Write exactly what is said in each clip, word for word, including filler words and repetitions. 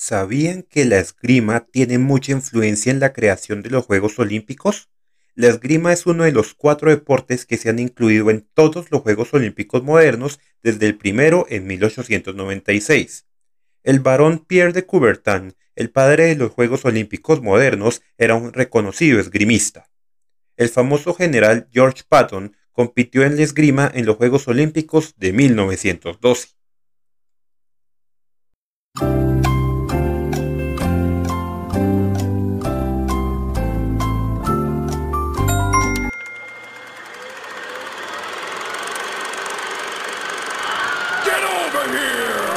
¿Sabían que la esgrima tiene mucha influencia en la creación de los Juegos Olímpicos? La esgrima es uno de los cuatro deportes que se han incluido en todos los Juegos Olímpicos modernos desde el primero en mil ochocientos noventa y seis. El barón Pierre de Coubertin, el padre de los Juegos Olímpicos modernos, era un reconocido esgrimista. El famoso general George Patton compitió en la esgrima en los Juegos Olímpicos de mil novecientos doce. Get over here!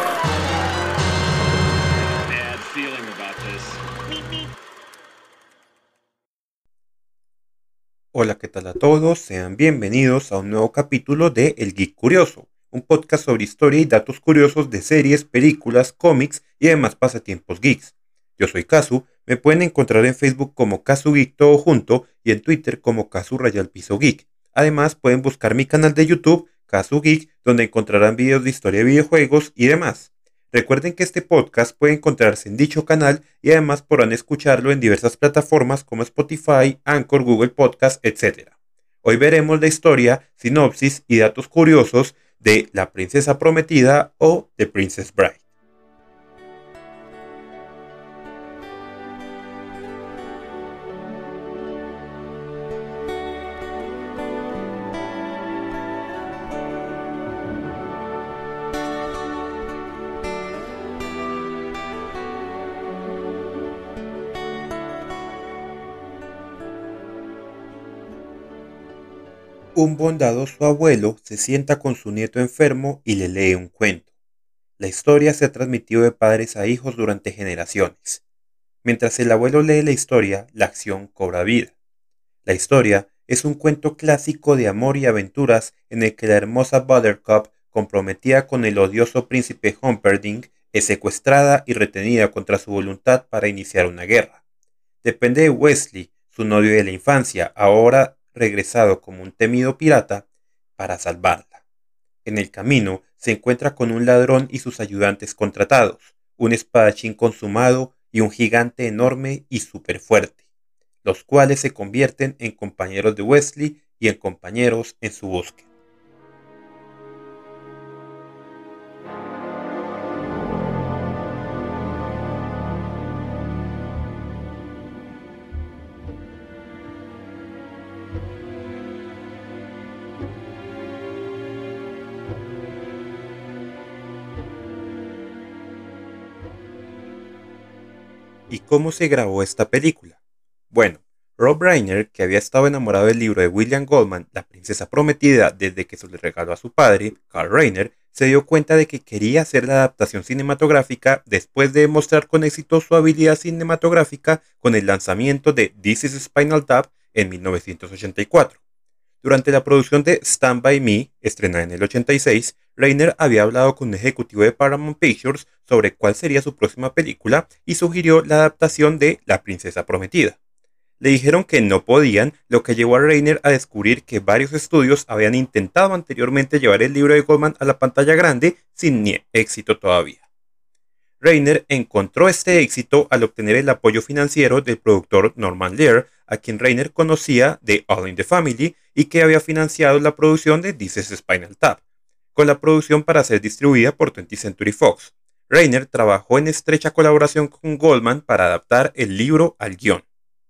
Bad feeling about this. Hola, ¿qué tal a todos? Sean bienvenidos a un nuevo capítulo de El Geek Curioso, un podcast sobre historia y datos curiosos de series, películas, cómics y demás pasatiempos geeks. Yo soy Kazu, me pueden encontrar en Facebook como Kazu Geek todo junto y en Twitter como Kazu Rayal Piso Geek. Además pueden buscar mi canal de YouTube, Kazu Geek, donde encontrarán videos de historia de videojuegos y demás. Recuerden que este podcast puede encontrarse en dicho canal y además podrán escucharlo en diversas plataformas como Spotify, Anchor, Google Podcast, etcétera. Hoy veremos la historia, sinopsis y datos curiosos de La Princesa Prometida o The Princess Bride. Un bondadoso abuelo se sienta con su nieto enfermo y le lee un cuento. La historia se ha transmitido de padres a hijos durante generaciones. Mientras el abuelo lee la historia, la acción cobra vida. La historia es un cuento clásico de amor y aventuras en el que la hermosa Buttercup, comprometida con el odioso príncipe Humperdinck, es secuestrada y retenida contra su voluntad para iniciar una guerra. Depende de Wesley, su novio de la infancia, ahora regresado como un temido pirata, para salvarla. En el camino se encuentra con un ladrón y sus ayudantes contratados, un espadachín consumado y un gigante enorme y súper fuerte, los cuales se convierten en compañeros de Wesley y en compañeros en su búsqueda. ¿Y cómo se grabó esta película? Bueno, Rob Reiner, que había estado enamorado del libro de William Goldman, La Princesa Prometida, desde que se le regaló a su padre, Carl Reiner, se dio cuenta de que quería hacer la adaptación cinematográfica después de demostrar con éxito su habilidad cinematográfica con el lanzamiento de This is Spinal Tap en mil novecientos ochenta y cuatro. Durante la producción de Stand By Me, estrenada en el ochenta y seis, Reiner había hablado con un ejecutivo de Paramount Pictures sobre cuál sería su próxima película y sugirió la adaptación de La Princesa Prometida. Le dijeron que no podían, lo que llevó a Reiner a descubrir que varios estudios habían intentado anteriormente llevar el libro de Goldman a la pantalla grande sin ni éxito todavía. Reiner encontró este éxito al obtener el apoyo financiero del productor Norman Lear, a quien Reiner conocía de All in the Family y que había financiado la producción de This is Spinal Tap, con la producción para ser distribuida por twentieth Century Fox. Reiner trabajó en estrecha colaboración con Goldman para adaptar el libro al guión.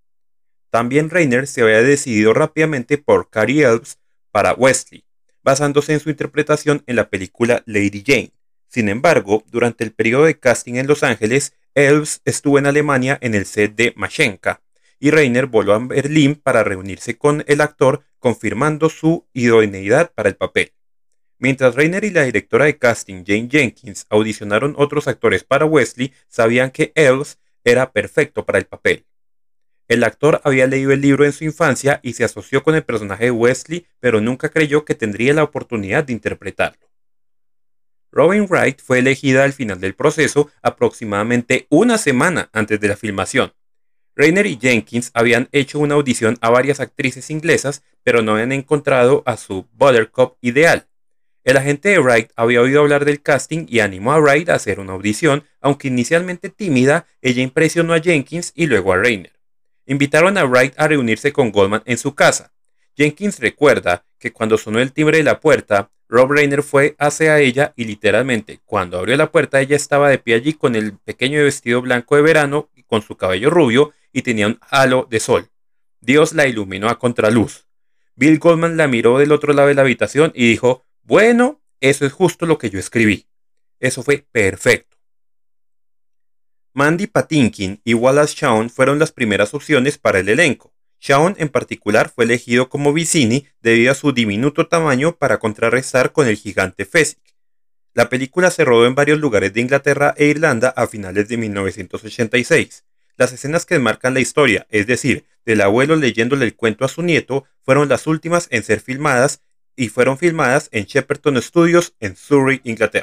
También Reiner se había decidido rápidamente por Cary Elwes para Wesley, basándose en su interpretación en la película Lady Jane. Sin embargo, durante el periodo de casting en Los Ángeles, Elwes estuvo en Alemania en el set de Maschenka, y Reiner voló a Berlín para reunirse con el actor, confirmando su idoneidad para el papel. Mientras Reiner y la directora de casting Jane Jenkins audicionaron otros actores para Wesley, sabían que Elwes era perfecto para el papel. El actor había leído el libro en su infancia y se asoció con el personaje de Wesley, pero nunca creyó que tendría la oportunidad de interpretarlo. Robin Wright fue elegida al final del proceso, aproximadamente una semana antes de la filmación. Reiner y Jenkins habían hecho una audición a varias actrices inglesas, pero no habían encontrado a su Buttercup ideal. El agente de Wright había oído hablar del casting y animó a Wright a hacer una audición, aunque inicialmente tímida, ella impresionó a Jenkins y luego a Reiner. Invitaron a Wright a reunirse con Goldman en su casa. Jenkins recuerda que cuando sonó el timbre de la puerta, Rob Reiner fue hacia ella y literalmente, cuando abrió la puerta, ella estaba de pie allí con el pequeño vestido blanco de verano y con su cabello rubio y tenía un halo de sol. Dios la iluminó a contraluz. Bill Goldman la miró del otro lado de la habitación y dijo: bueno, eso es justo lo que yo escribí. Eso fue perfecto. Mandy Patinkin y Wallace Shawn fueron las primeras opciones para el elenco. Shawn en particular fue elegido como Vicini debido a su diminuto tamaño para contrarrestar con el gigante Fezzik. La película se rodó en varios lugares de Inglaterra e Irlanda a finales de mil novecientos ochenta y seis. Las escenas que enmarcan la historia, es decir, del abuelo leyéndole el cuento a su nieto, fueron las últimas en ser filmadas y fueron filmadas en Shepperton Studios en Surrey, Inglaterra.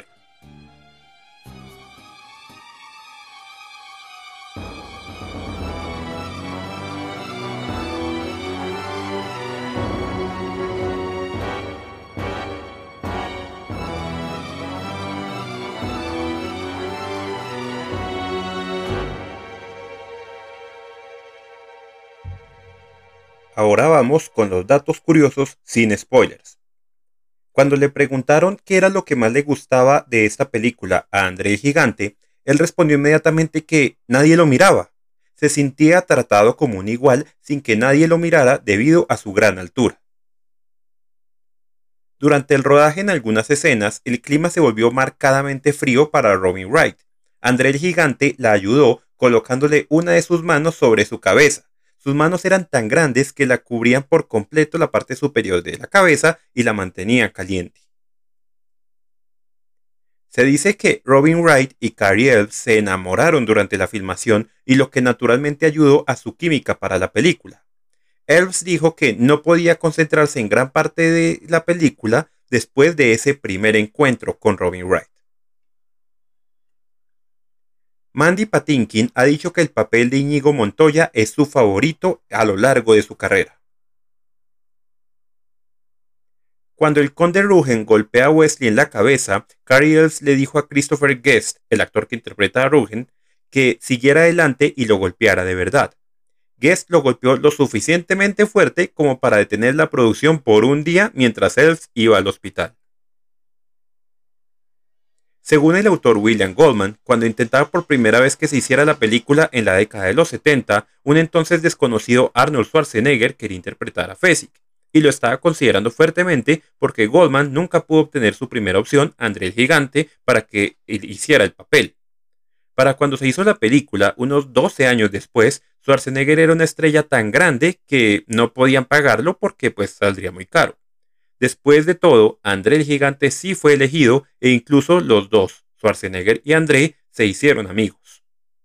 Ahora vamos con los datos curiosos sin spoilers. Cuando le preguntaron qué era lo que más le gustaba de esta película a André el Gigante, él respondió inmediatamente que nadie lo miraba. Se sentía tratado como un igual sin que nadie lo mirara debido a su gran altura. Durante el rodaje en algunas escenas, el clima se volvió marcadamente frío para Robin Wright. André el Gigante la ayudó colocándole una de sus manos sobre su cabeza. Sus manos eran tan grandes que la cubrían por completo la parte superior de la cabeza y la mantenían caliente. Se dice que Robin Wright y Cary Elwes se enamoraron durante la filmación y lo que naturalmente ayudó a su química para la película. Elwes dijo que no podía concentrarse en gran parte de la película después de ese primer encuentro con Robin Wright. Mandy Patinkin ha dicho que el papel de Íñigo Montoya es su favorito a lo largo de su carrera. Cuando el conde Rugen golpea a Wesley en la cabeza, Cary Elwes le dijo a Christopher Guest, el actor que interpreta a Rugen, que siguiera adelante y lo golpeara de verdad. Guest lo golpeó lo suficientemente fuerte como para detener la producción por un día mientras Elwes iba al hospital. Según el autor William Goldman, cuando intentaba por primera vez que se hiciera la película en la década de los setenta, un entonces desconocido Arnold Schwarzenegger quería interpretar a Fezzik, y lo estaba considerando fuertemente porque Goldman nunca pudo obtener su primera opción, André el Gigante, para que él hiciera el papel. Para cuando se hizo la película, unos doce años después, Schwarzenegger era una estrella tan grande que no podían pagarlo porque pues saldría muy caro. Después de todo, André el Gigante sí fue elegido e incluso los dos, Schwarzenegger y André, se hicieron amigos.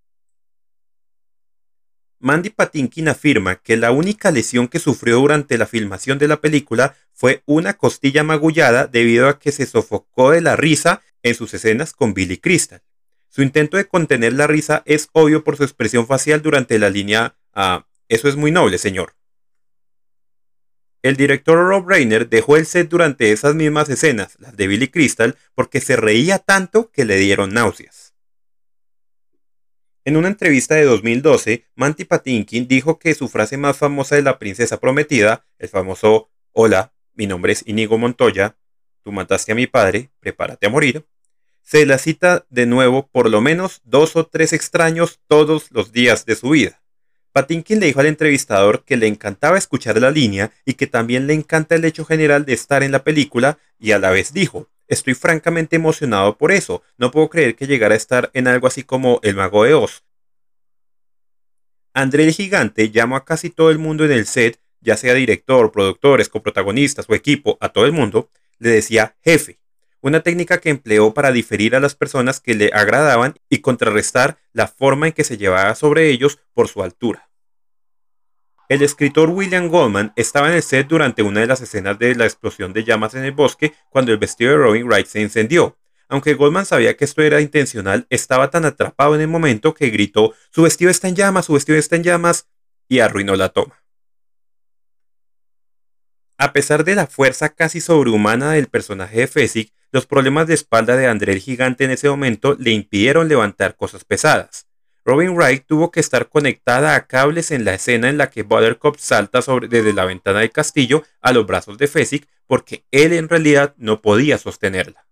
Mandy Patinkin afirma que la única lesión que sufrió durante la filmación de la película fue una costilla magullada debido a que se sofocó de la risa en sus escenas con Billy Crystal. Su intento de contener la risa es obvio por su expresión facial durante la línea ah, eso es muy noble, señor. El director Rob Reiner dejó el set durante esas mismas escenas, las de Billy Crystal, porque se reía tanto que le dieron náuseas. En una entrevista de dos mil doce, Mandy Patinkin dijo que su frase más famosa de La Princesa Prometida, el famoso "Hola, mi nombre es Íñigo Montoya, tú mataste a mi padre, prepárate a morir", se la cita de nuevo por lo menos dos o tres extraños todos los días de su vida. Patinkin le dijo al entrevistador que le encantaba escuchar la línea y que también le encanta el hecho general de estar en la película y a la vez dijo: estoy francamente emocionado por eso, no puedo creer que llegara a estar en algo así como El Mago de Oz. André el Gigante llamó a casi todo el mundo en el set, ya sea director, productores, coprotagonistas o equipo, a todo el mundo, le decía jefe, una técnica que empleó para diferir a las personas que le agradaban y contrarrestar la forma en que se llevaba sobre ellos por su altura. El escritor William Goldman estaba en el set durante una de las escenas de la explosión de llamas en el bosque cuando el vestido de Robin Wright se incendió. Aunque Goldman sabía que esto era intencional, estaba tan atrapado en el momento que gritó: "Su vestido está en llamas, su vestido está en llamas", y arruinó la toma. A pesar de la fuerza casi sobrehumana del personaje de Fezzik, los problemas de espalda de André el Gigante en ese momento le impidieron levantar cosas pesadas. Robin Wright tuvo que estar conectada a cables en la escena en la que Buttercup salta sobre, desde la ventana del castillo a los brazos de Fezzik porque él en realidad no podía sostenerla.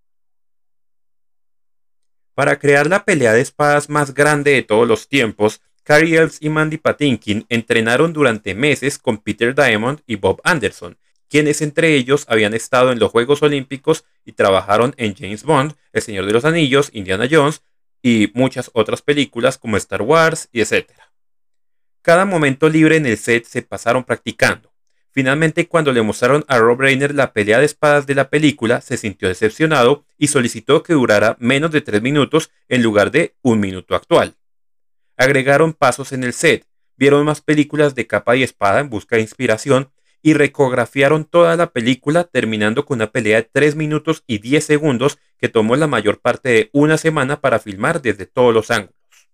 Para crear la pelea de espadas más grande de todos los tiempos, Cary Elwes y Mandy Patinkin entrenaron durante meses con Peter Diamond y Bob Anderson, quienes entre ellos habían estado en los Juegos Olímpicos y trabajaron en James Bond, El Señor de los Anillos, Indiana Jones y muchas otras películas como Star Wars y etcétera. Cada momento libre en el set se pasaron practicando. Finalmente, cuando le mostraron a Rob Reiner la pelea de espadas de la película, se sintió decepcionado y solicitó que durara menos de tres minutos en lugar de un minuto actual. Agregaron pasos en el set, vieron más películas de capa y espada en busca de inspiración y recografiaron toda la película terminando con una pelea de tres minutos y diez segundos que tomó la mayor parte de una semana para filmar desde todos los ángulos.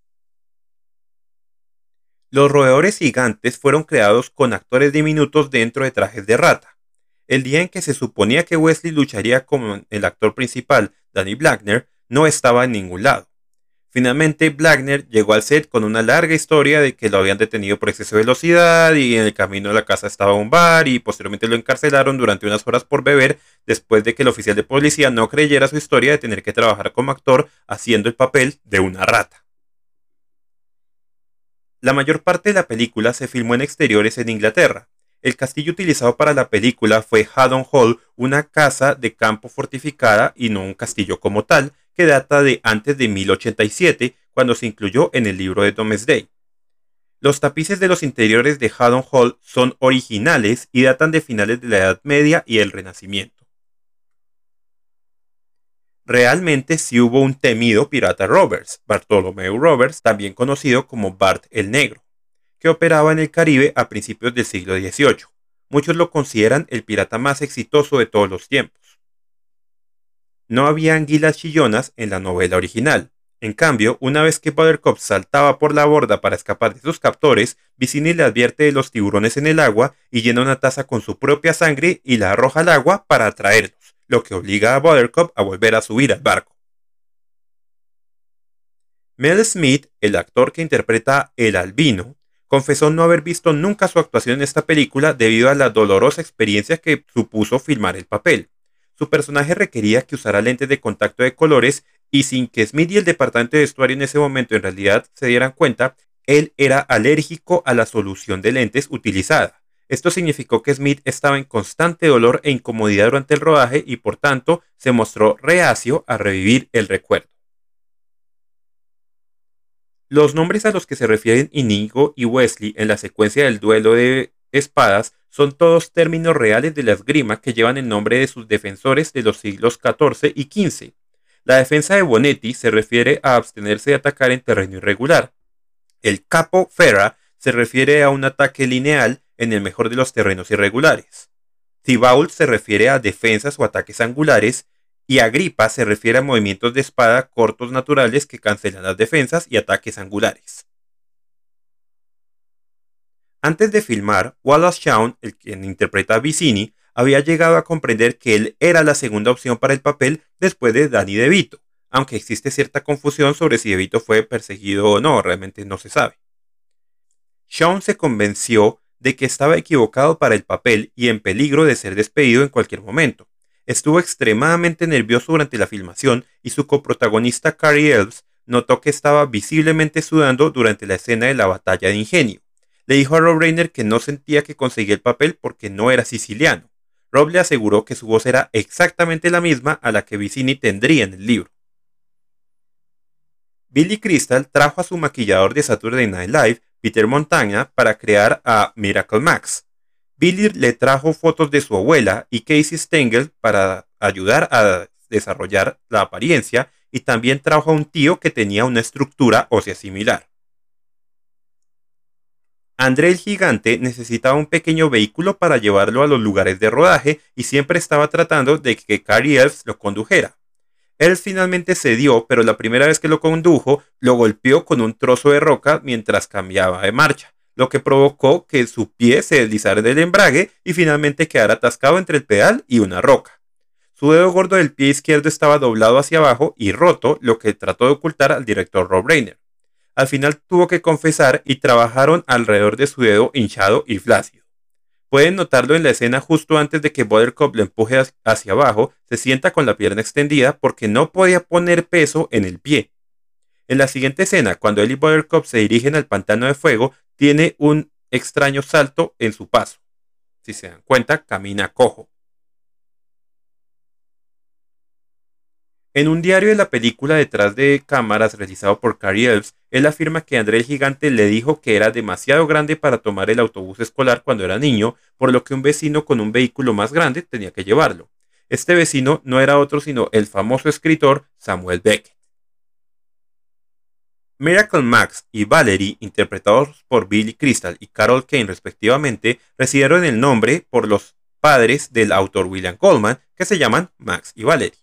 Los roedores gigantes fueron creados con actores diminutos dentro de trajes de rata. El día en que se suponía que Wesley lucharía con el actor principal, Danny Blackner, no estaba en ningún lado. Finalmente, Blackner llegó al set con una larga historia de que lo habían detenido por exceso de velocidad y en el camino a la casa estaba un bar y posteriormente lo encarcelaron durante unas horas por beber después de que el oficial de policía no creyera su historia de tener que trabajar como actor haciendo el papel de una rata. La mayor parte de la película se filmó en exteriores en Inglaterra. El castillo utilizado para la película fue Haddon Hall, una casa de campo fortificada y no un castillo como tal, que data de antes de mil ochenta y siete, cuando se incluyó en el libro de Domesday. Los tapices de los interiores de Haddon Hall son originales y datan de finales de la Edad Media y el Renacimiento. Realmente sí hubo un temido pirata Roberts, Bartholomew Roberts, también conocido como Bart el Negro, que operaba en el Caribe a principios del siglo dieciocho. Muchos lo consideran el pirata más exitoso de todos los tiempos. No había anguilas chillonas en la novela original. En cambio, una vez que Buttercup saltaba por la borda para escapar de sus captores, Vicini le advierte de los tiburones en el agua y llena una taza con su propia sangre y la arroja al agua para atraerlos, lo que obliga a Buttercup a volver a subir al barco. Mel Smith, el actor que interpreta el albino, confesó no haber visto nunca su actuación en esta película debido a la dolorosa experiencia que supuso filmar el papel. Su personaje requería que usara lentes de contacto de colores y sin que Smith y el departamento de vestuario en ese momento en realidad se dieran cuenta, él era alérgico a la solución de lentes utilizada. Esto significó que Smith estaba en constante dolor e incomodidad durante el rodaje y por tanto se mostró reacio a revivir el recuerdo. Los nombres a los que se refieren Inigo y Wesley en la secuencia del duelo de espadas son todos términos reales de la esgrima que llevan el nombre de sus defensores de los siglos catorce y quince. La defensa de Bonetti se refiere a abstenerse de atacar en terreno irregular. El capo ferra se refiere a un ataque lineal en el mejor de los terrenos irregulares. Thibault se refiere a defensas o ataques angulares y Agrippa se refiere a movimientos de espada cortos naturales que cancelan las defensas y ataques angulares. Antes de filmar, Wallace Shawn, el quien interpreta a Vicini, había llegado a comprender que él era la segunda opción para el papel después de Danny DeVito, aunque existe cierta confusión sobre si DeVito fue perseguido o no, realmente no se sabe. Shawn se convenció de que estaba equivocado para el papel y en peligro de ser despedido en cualquier momento. Estuvo extremadamente nervioso durante la filmación y su coprotagonista Cary Elwes notó que estaba visiblemente sudando durante la escena de la batalla de Ingenio. Le dijo a Rob Reiner que no sentía que conseguía el papel porque no era siciliano. Rob le aseguró que su voz era exactamente la misma a la que Vicini tendría en el libro. Billy Crystal trajo a su maquillador de Saturday Night Live, Peter Montagna, para crear a Miracle Max. Billy le trajo fotos de su abuela y Casey Stengel para ayudar a desarrollar la apariencia y también trajo a un tío que tenía una estructura ósea similar. André el Gigante necesitaba un pequeño vehículo para llevarlo a los lugares de rodaje y siempre estaba tratando de que Cary Elwes lo condujera. Él finalmente cedió, pero la primera vez que lo condujo, lo golpeó con un trozo de roca mientras cambiaba de marcha, lo que provocó que su pie se deslizara del embrague y finalmente quedara atascado entre el pedal y una roca. Su dedo gordo del pie izquierdo estaba doblado hacia abajo y roto, lo que trató de ocultar al director Rob Reiner. Al final tuvo que confesar y trabajaron alrededor de su dedo hinchado y flácido. Pueden notarlo en la escena justo antes de que Buttercup lo empuje hacia abajo, se sienta con la pierna extendida porque no podía poner peso en el pie. En la siguiente escena, cuando él y Buttercup se dirigen al pantano de fuego, tiene un extraño salto en su paso. Si se dan cuenta, camina cojo. En un diario de la película detrás de cámaras realizado por Cary Elwes, él afirma que André el Gigante le dijo que era demasiado grande para tomar el autobús escolar cuando era niño, por lo que un vecino con un vehículo más grande tenía que llevarlo. Este vecino no era otro sino el famoso escritor Samuel Beckett. Miracle Max y Valerie, interpretados por Billy Crystal y Carol Kane respectivamente, recibieron el nombre por los padres del autor William Goldman, que se llaman Max y Valerie.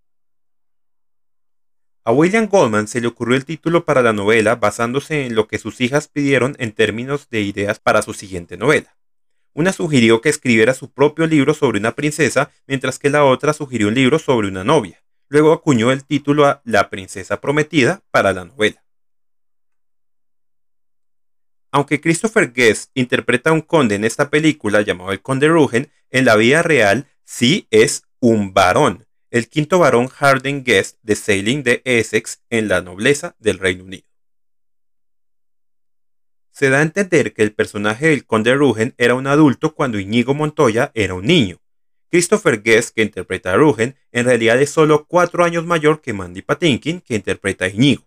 A William Goldman se le ocurrió el título para la novela basándose en lo que sus hijas pidieron en términos de ideas para su siguiente novela. Una sugirió que escribiera su propio libro sobre una princesa, mientras que la otra sugirió un libro sobre una novia. Luego acuñó el título a La princesa prometida para la novela. Aunque Christopher Guest interpreta a un conde en esta película llamado el Conde Rugen, en la vida real sí es un varón, el quinto barón Harden Guest de Sailing de Essex en la nobleza del Reino Unido. Se da a entender que el personaje del Conde Rugen era un adulto cuando Íñigo Montoya era un niño. Christopher Guest, que interpreta a Rugen, en realidad es solo cuatro años mayor que Mandy Patinkin, que interpreta a Íñigo.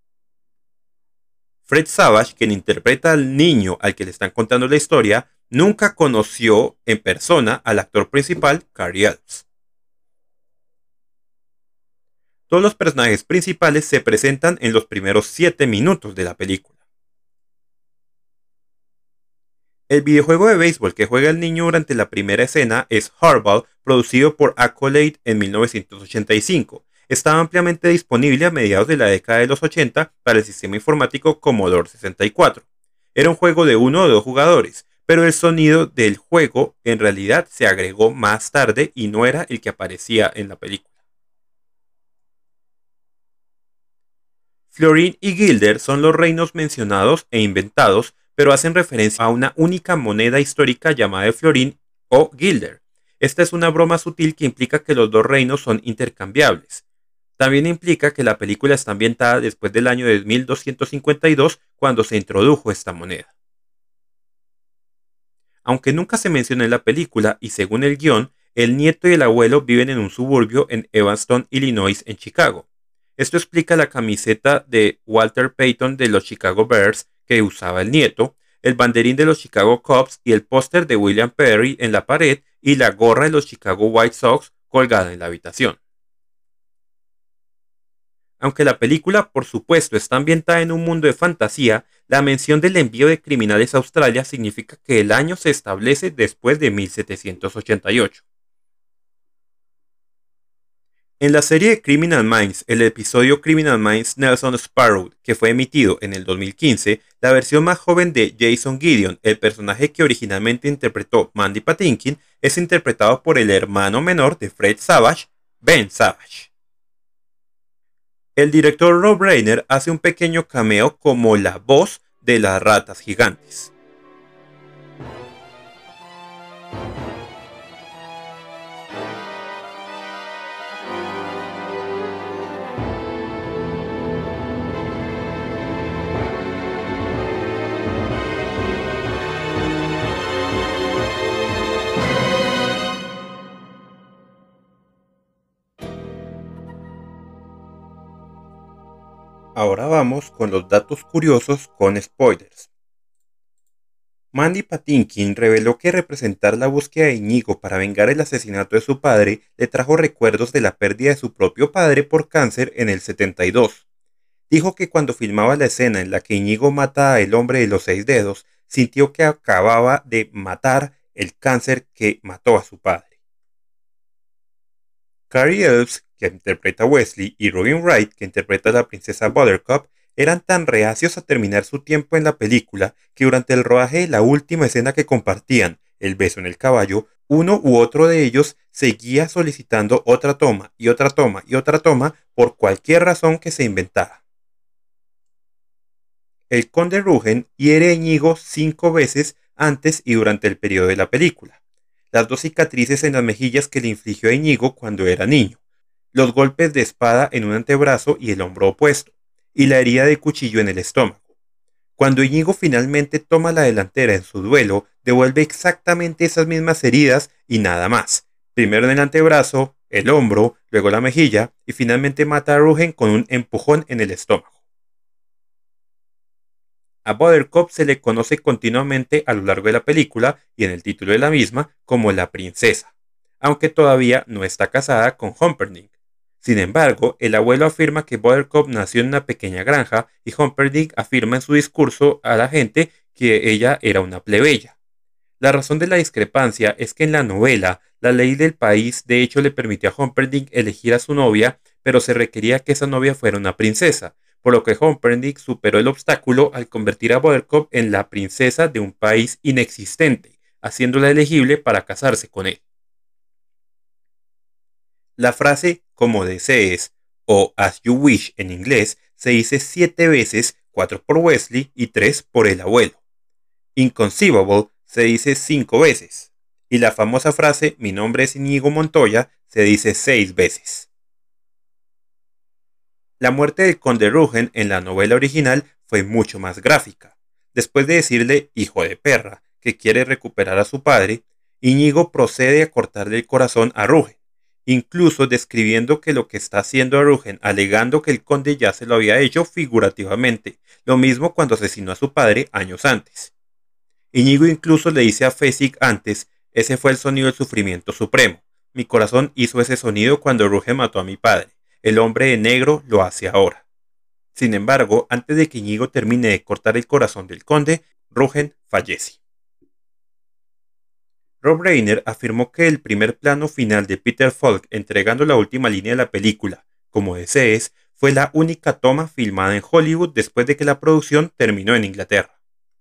Fred Savage, quien interpreta al niño al que le están contando la historia, nunca conoció en persona al actor principal, Cary Elwes. Todos los personajes principales se presentan en los primeros siete minutos de la película. El videojuego de béisbol que juega el niño durante la primera escena es Hardball, producido por Accolade en mil novecientos ochenta y cinco. Estaba ampliamente disponible a mediados de la década de los ochenta para el sistema informático Commodore sesenta y cuatro. Era un juego de uno o dos jugadores, pero el sonido del juego en realidad se agregó más tarde y no era el que aparecía en la película. Florin y Guilder son los reinos mencionados e inventados, pero hacen referencia a una única moneda histórica llamada de Florin o Guilder. Esta es una broma sutil que implica que los dos reinos son intercambiables. También implica que la película está ambientada después del año de mil doscientos cincuenta y dos, cuando se introdujo esta moneda. Aunque nunca se menciona en la película y según el guión, el nieto y el abuelo viven en un suburbio en Evanston, Illinois, en Chicago. Esto explica la camiseta de Walter Payton de los Chicago Bears que usaba el nieto, el banderín de los Chicago Cubs y el póster de William Perry en la pared y la gorra de los Chicago White Sox colgada en la habitación. Aunque la película, por supuesto, está ambientada en un mundo de fantasía, la mención del envío de criminales a Australia significa que el año se establece después de mil setecientos ochenta y ocho. En la serie de Criminal Minds, el episodio Criminal Minds Nelson Sparrow, que fue emitido en el dos mil quince, la versión más joven de Jason Gideon, el personaje que originalmente interpretó Mandy Patinkin, es interpretado por el hermano menor de Fred Savage, Ben Savage. El director Rob Reiner hace un pequeño cameo como la voz de las ratas gigantes. Ahora vamos con los datos curiosos con spoilers. Mandy Patinkin reveló que representar la búsqueda de Íñigo para vengar el asesinato de su padre le trajo recuerdos de la pérdida de su propio padre por cáncer en el setenta y dos. Dijo que cuando filmaba la escena en la que Íñigo mata al hombre de los seis dedos, sintió que acababa de matar el cáncer que mató a su padre. Cary Elwes, que interpreta a Wesley, y Robin Wright, que interpreta a la princesa Buttercup, eran tan reacios a terminar su tiempo en la película que durante el rodaje de la última escena que compartían, el beso en el caballo, uno u otro de ellos seguía solicitando otra toma y otra toma y otra toma por cualquier razón que se inventara. El conde Rugen hiere a Íñigo cinco veces antes y durante el periodo de la película. Las dos cicatrices en las mejillas que le infligió a Íñigo cuando era niño, los golpes de espada en un antebrazo y el hombro opuesto, y la herida de cuchillo en el estómago. Cuando Íñigo finalmente toma la delantera en su duelo, devuelve exactamente esas mismas heridas y nada más. Primero en el antebrazo, el hombro, luego la mejilla y finalmente mata a Rugen con un empujón en el estómago. A Buttercup se le conoce continuamente a lo largo de la película y en el título de la misma como la princesa, aunque todavía no está casada con Humperdinck. Sin embargo, el abuelo afirma que Buttercup nació en una pequeña granja y Humperdinck afirma en su discurso a la gente que ella era una plebeya. La razón de la discrepancia es que en la novela, la ley del país de hecho le permitió a Humperdinck elegir a su novia, pero se requería que esa novia fuera una princesa, por lo que Humperdinck superó el obstáculo al convertir a Buttercup en la princesa de un país inexistente, haciéndola elegible para casarse con él. La frase como desees o as you wish en inglés se dice siete veces, cuatro por Wesley y tres por el abuelo. Inconceivable se dice cinco veces. Y la famosa frase mi nombre es Íñigo Montoya se dice seis veces. La muerte del conde Rugen en la novela original fue mucho más gráfica. Después de decirle hijo de perra que quiere recuperar a su padre, Íñigo procede a cortarle el corazón a Rugen, incluso describiendo que lo que está haciendo a Rugen, alegando que el conde ya se lo había hecho figurativamente, lo mismo cuando asesinó a su padre años antes. Íñigo incluso le dice a Fezzik antes, ese fue el sonido del sufrimiento supremo. Mi corazón hizo ese sonido cuando Rugen mató a mi padre. El hombre de negro lo hace ahora. Sin embargo, antes de que Íñigo termine de cortar el corazón del conde, Rugen fallece. Rob Reiner afirmó que el primer plano final de Peter Falk entregando la última línea de la película, como desees, fue la única toma filmada en Hollywood después de que la producción terminó en Inglaterra.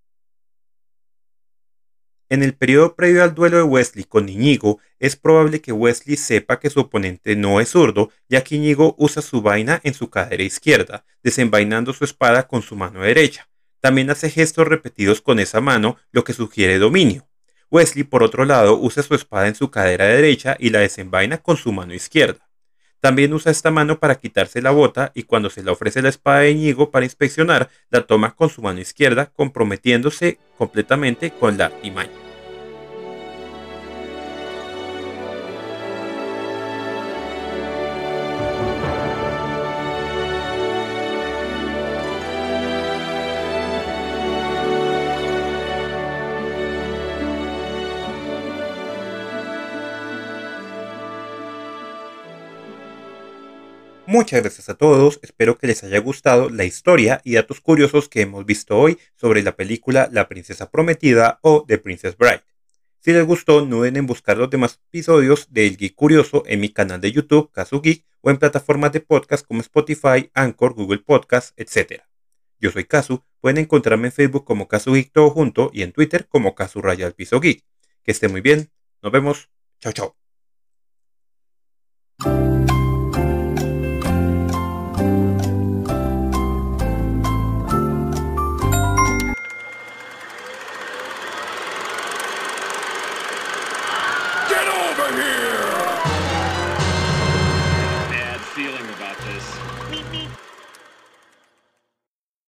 En el periodo previo al duelo de Wesley con Íñigo, es probable que Wesley sepa que su oponente no es zurdo, ya que Íñigo usa su vaina en su cadera izquierda, desenvainando su espada con su mano derecha. También hace gestos repetidos con esa mano, lo que sugiere dominio. Wesley, por otro lado, usa su espada en su cadera derecha y la desenvaina con su mano izquierda. También usa esta mano para quitarse la bota y cuando se le ofrece la espada de Íñigo para inspeccionar, la toma con su mano izquierda, comprometiéndose completamente con la artimaña. Muchas gracias a todos, espero que les haya gustado la historia y datos curiosos que hemos visto hoy sobre la película La Princesa Prometida o The Princess Bride. Si les gustó, no duden en buscar los demás episodios de El Geek Curioso en mi canal de YouTube, Casu Geek, o en plataformas de podcast como Spotify, Anchor, Google Podcast, etcétera. Yo soy Casu, pueden encontrarme en Facebook como Casu Geek todo junto y en Twitter como Casu Raya al Piso Geek. Que esté muy bien, nos vemos, chao chao.